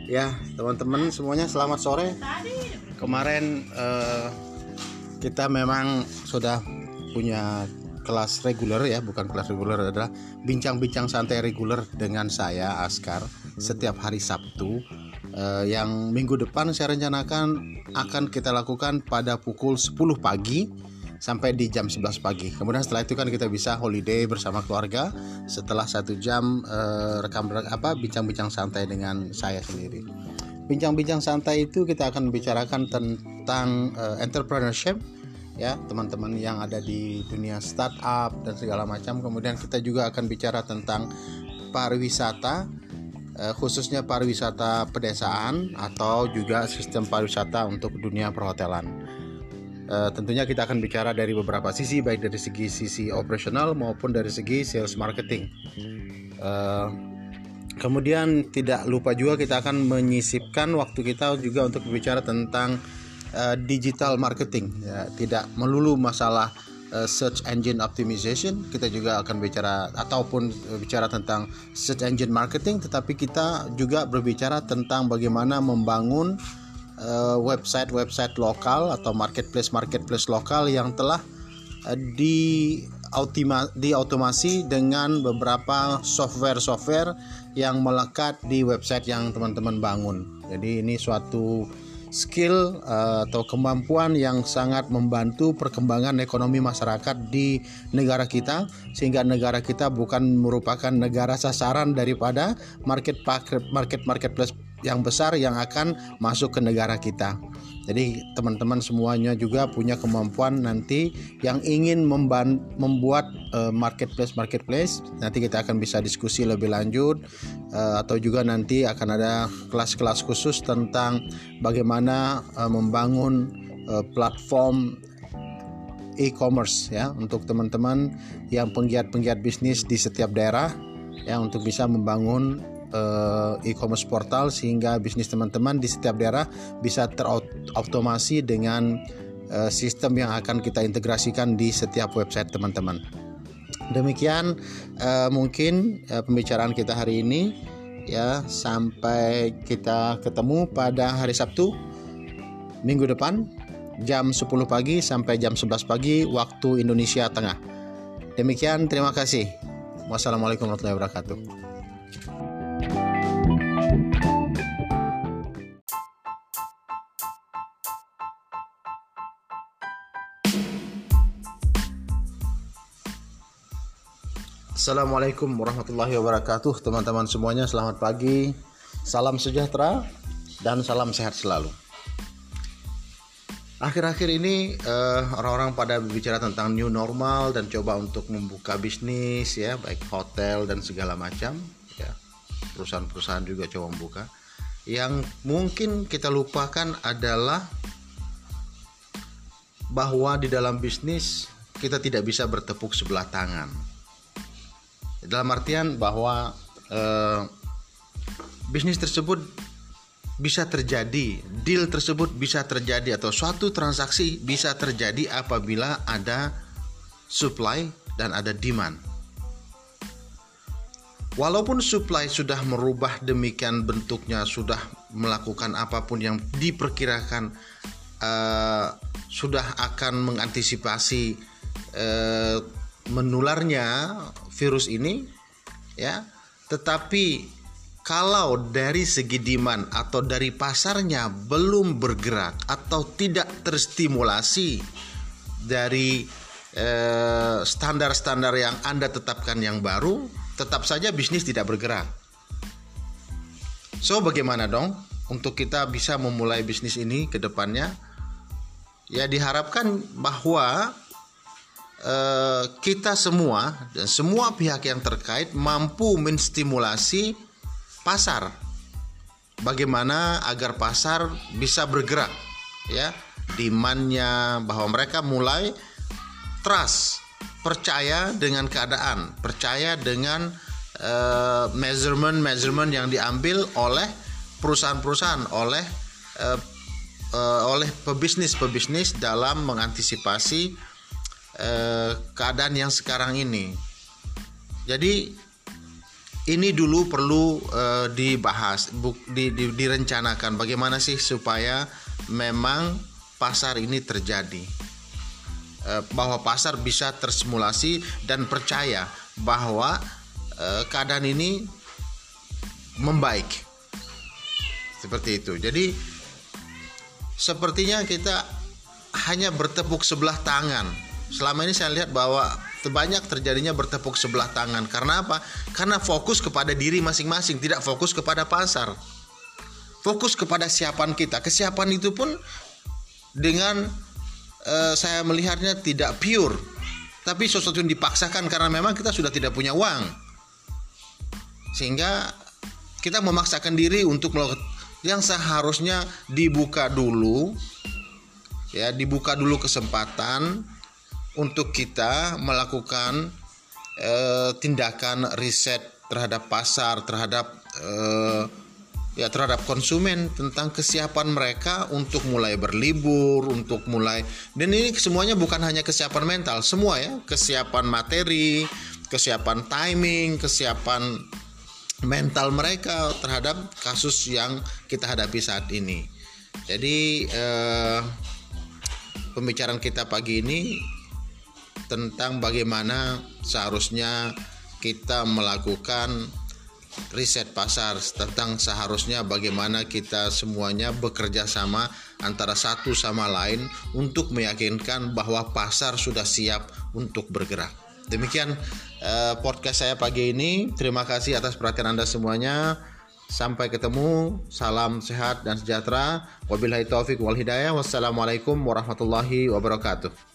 Ya, teman-teman semuanya selamat sore. Kemarin kita memang sudah punya kelas reguler ya, bukan kelas reguler, adalah bincang-bincang santai reguler dengan saya Askar setiap hari Sabtu. Yang minggu depan saya rencanakan akan kita lakukan pada pukul 10 pagi sampai di jam 11 pagi. Kemudian setelah itu kan kita bisa holiday bersama keluarga setelah 1 jam bincang-bincang santai dengan saya sendiri. Bincang-bincang santai itu kita akan bicarakan tentang entrepreneurship ya, teman-teman yang ada di dunia startup dan segala macam. Kemudian kita juga akan bicara tentang pariwisata, khususnya pariwisata pedesaan atau juga sistem pariwisata untuk dunia perhotelan. Tentunya kita akan bicara dari beberapa sisi, baik dari sisi operasional maupun dari segi sales marketing. Kemudian tidak lupa juga kita akan menyisipkan waktu kita juga untuk berbicara tentang digital marketing ya, tidak melulu masalah search engine optimization. Kita juga akan bicara tentang search engine marketing, tetapi kita juga berbicara tentang bagaimana membangun website lokal atau marketplace lokal yang telah diautomasi dengan beberapa software yang melekat di website yang teman-teman bangun. Jadi ini suatu skill atau kemampuan yang sangat membantu perkembangan ekonomi masyarakat di negara kita, sehingga negara kita bukan merupakan negara sasaran daripada marketplace yang besar yang akan masuk ke negara kita. Jadi teman-teman semuanya juga punya kemampuan nanti yang ingin membuat marketplace. Nanti kita akan bisa diskusi lebih lanjut, atau juga nanti akan ada kelas-kelas khusus tentang bagaimana membangun platform e-commerce ya, untuk teman-teman yang penggiat bisnis di setiap daerah ya, untuk bisa membangun e-commerce portal sehingga bisnis teman-teman di setiap daerah bisa terautomasi dengan sistem yang akan kita integrasikan di setiap website teman-teman. Demikian mungkin pembicaraan kita hari ini ya, sampai kita ketemu pada hari Sabtu minggu depan jam 10 pagi sampai jam 11 pagi waktu Indonesia Tengah. Demikian, terima kasih. Wassalamualaikum warahmatullahi wabarakatuh. Assalamualaikum warahmatullahi wabarakatuh. Teman-teman semuanya selamat pagi. Salam sejahtera dan salam sehat selalu. Akhir-akhir ini orang-orang pada berbicara tentang new normal dan coba untuk membuka bisnis ya, baik hotel dan segala macam ya. Perusahaan-perusahaan juga coba membuka. Yang mungkin kita lupakan adalah bahwa di dalam bisnis kita tidak bisa bertepuk sebelah tangan. Dalam artian bahwa bisnis tersebut bisa terjadi, deal tersebut bisa terjadi, atau suatu transaksi bisa terjadi apabila ada supply dan ada demand. Walaupun supply sudah merubah demikian bentuknya, sudah melakukan apapun yang diperkirakan sudah akan mengantisipasi menularnya virus ini ya, tetapi kalau dari segi demand atau dari pasarnya belum bergerak atau tidak terstimulasi dari standar-standar yang Anda tetapkan yang baru, tetap saja bisnis tidak bergerak. So bagaimana dong untuk kita bisa memulai bisnis ini ke depannya? Ya, diharapkan bahwa kita semua dan semua pihak yang terkait mampu menstimulasi pasar. Bagaimana agar pasar bisa bergerak ya, demand-nya, bahwa mereka mulai trust, percaya dengan keadaan, percaya dengan measurement yang diambil oleh perusahaan-perusahaan, oleh pebisnis dalam mengantisipasi keadaan yang sekarang ini. Jadi ini dulu perlu dibahas, direncanakan bagaimana sih supaya memang pasar ini terjadi, bahwa pasar bisa tersimulasi dan percaya bahwa keadaan ini membaik, seperti itu. Jadi sepertinya kita hanya bertepuk sebelah tangan. Selama ini saya lihat bahwa banyak terjadinya bertepuk sebelah tangan. Karena apa? Karena fokus kepada diri masing-masing, tidak fokus kepada pasar. Fokus kepada kesiapan kita. Kesiapan itu pun dengan saya melihatnya tidak pure, tapi sesuatu yang dipaksakan karena memang kita sudah tidak punya uang. Sehingga kita memaksakan diri untuk melakukan yang seharusnya dibuka dulu, ya, dibuka dulu kesempatan untuk kita melakukan tindakan riset terhadap pasar, terhadap konsumen, tentang kesiapan mereka untuk mulai berlibur, untuk mulai, dan ini semuanya bukan hanya kesiapan mental, semua ya, kesiapan materi, kesiapan timing, kesiapan mental mereka terhadap kasus yang kita hadapi saat ini. Jadi pembicaraan kita pagi ini tentang bagaimana seharusnya kita melakukan riset pasar, tentang seharusnya bagaimana kita semuanya bekerja sama antara satu sama lain untuk meyakinkan bahwa pasar sudah siap untuk bergerak. Demikian podcast saya pagi ini. Terima kasih atas perhatian Anda semuanya. Sampai ketemu. Salam sehat dan sejahtera. Wabillahi taufik wal hidayah. Wassalamualaikum warahmatullahi wabarakatuh.